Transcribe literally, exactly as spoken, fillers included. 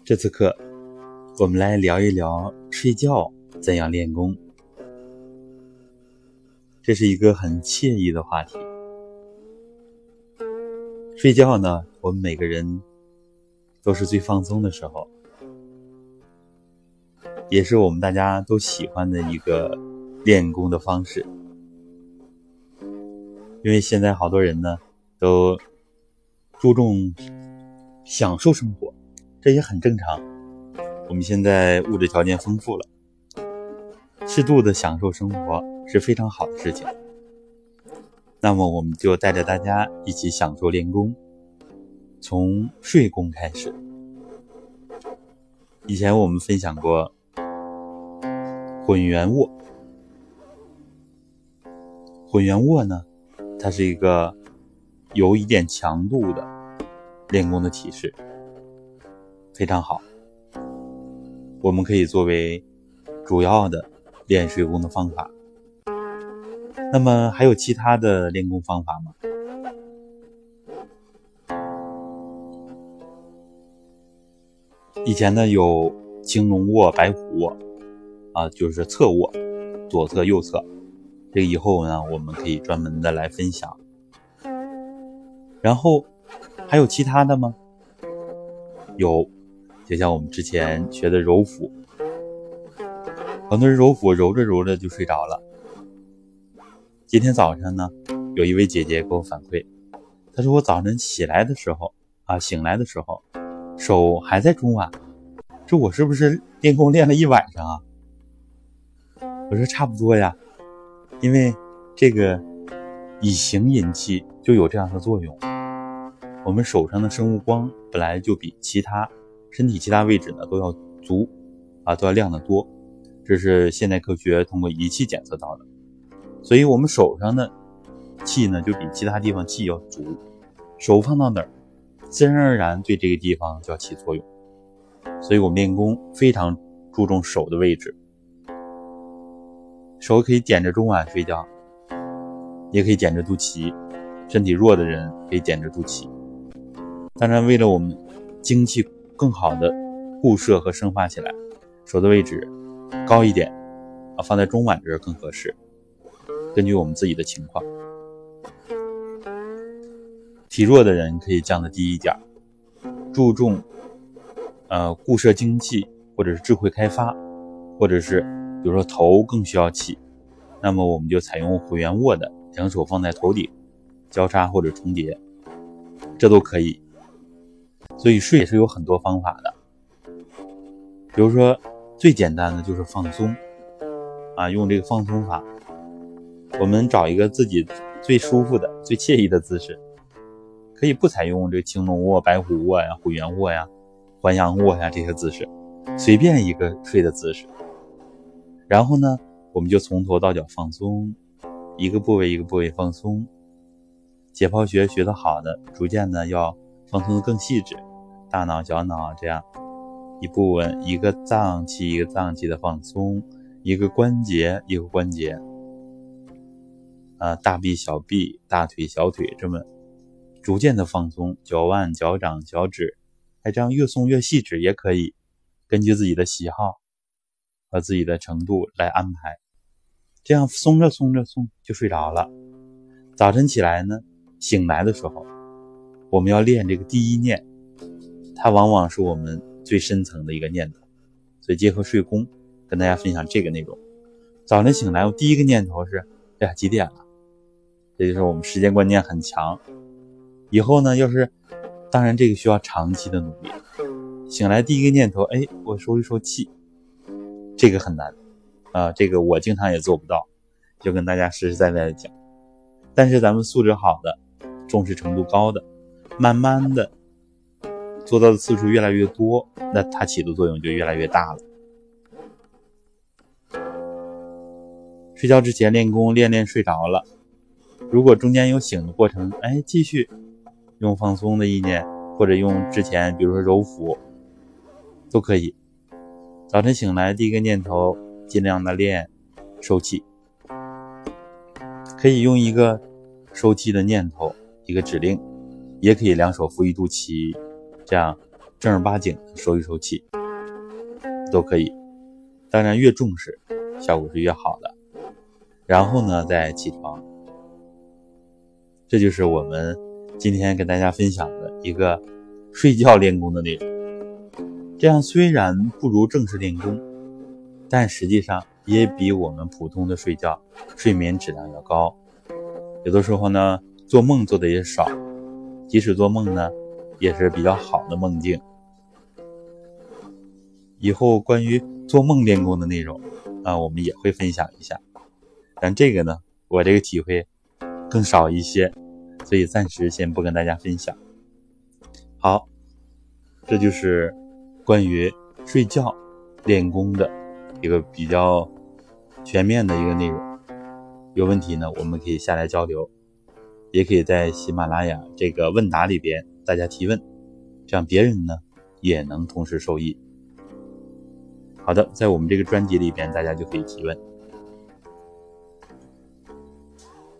这次课我们来聊一聊睡觉怎样练功。这是一个很惬意的话题。睡觉呢，我们每个人都是最放松的时候，也是我们大家都喜欢的一个练功的方式。因为现在好多人呢都注重享受生活，这也很正常。我们现在物质条件丰富了，适度的享受生活是非常好的事情。那么我们就带着大家一起享受练功，从睡功开始。以前我们分享过混元卧，混元卧呢，它是一个有一点强度的练功的体式，非常好。我们可以作为主要的练睡功的方法。那么还有其他的练功方法吗？以前呢有青龙卧、白虎卧啊，就是侧卧，左侧右侧。这个以后呢我们可以专门的来分享。然后还有其他的吗？有，就像我们之前学的揉腹，很多人揉腹揉着揉着就睡着了。今天早上呢，有一位姐姐给我反馈，她说我早晨起来的时候啊，醒来的时候，手还在中脘，这我是不是练功练了一晚上啊？我说差不多呀，因为这个以形引气就有这样的作用。我们手上的生物光本来就比其他身体其他位置呢都要足啊，都要亮得多，这是现代科学通过仪器检测到的。所以我们手上的气呢就比其他地方气要足，手放到哪儿，自然而然对这个地方就要起作用。所以我们练功非常注重手的位置，手可以点着中脘睡觉，也可以点着肚脐，身体弱的人可以点着肚脐。当然为了我们精气更好的固摄和生发起来，手的位置高一点啊，放在中脘这儿更合适，根据我们自己的情况。体弱的人可以降得低一点，注重呃固摄精气，或者是智慧开发，或者是比如说头更需要气，那么我们就采用混元卧的，两手放在头顶交叉或者重叠，这都可以。所以睡也是有很多方法的，比如说最简单的就是放松啊，用这个放松法，我们找一个自己最舒服的最惬意的姿势，可以不采用这个青龙卧、白虎卧呀、混元卧呀、还阳卧呀这些姿势，随便一个睡的姿势。然后呢我们就从头到脚放松，一个部位一个部位放松。解剖学学得好的逐渐的要放松的更细致，大脑小脑这样一部分一个脏器一个脏器的放松，一个关节一个关节啊，大臂小臂大腿小腿这么逐渐的放松，脚腕脚掌脚趾，还这样越松越细致也可以，根据自己的喜好和自己的程度来安排。这样松着松着松就睡着了。早晨起来呢，醒来的时候我们要练这个第一念，它往往是我们最深层的一个念头，所以结合睡功跟大家分享这个内容。早晨醒来我第一个念头是哎呀几点了，这就是我们时间观念很强。以后呢要是当然这个需要长期的努力，醒来第一个念头哎我收一收气，这个很难啊，这个我经常也做不到，就跟大家实实在在的讲。但是咱们素质好的重视程度高的，慢慢的做到的次数越来越多，那它起的作用就越来越大了。睡觉之前练功练练睡着了，如果中间有醒的过程，哎，继续用放松的意念，或者用之前比如说揉腹都可以。早晨醒来第一个念头尽量的练收气，可以用一个收气的念头一个指令，也可以两手扶一肚脐，这样正儿八经的收一收气都可以。当然越重视效果是越好的。然后呢再起床。这就是我们今天跟大家分享的一个睡觉练功的内容。这样虽然不如正式练功，但实际上也比我们普通的睡觉睡眠质量要高。有的时候呢做梦做的也少，即使做梦呢也是比较好的梦境。以后关于做梦练功的内容啊，我们也会分享一下，但这个呢我这个体会更少一些，所以暂时先不跟大家分享。好，这就是关于睡觉练功的一个比较全面的一个内容。有问题呢我们可以下来交流，也可以在喜马拉雅这个问答里边大家提问，这样别人呢也能同时受益。好的，在我们这个专辑里边大家就可以提问。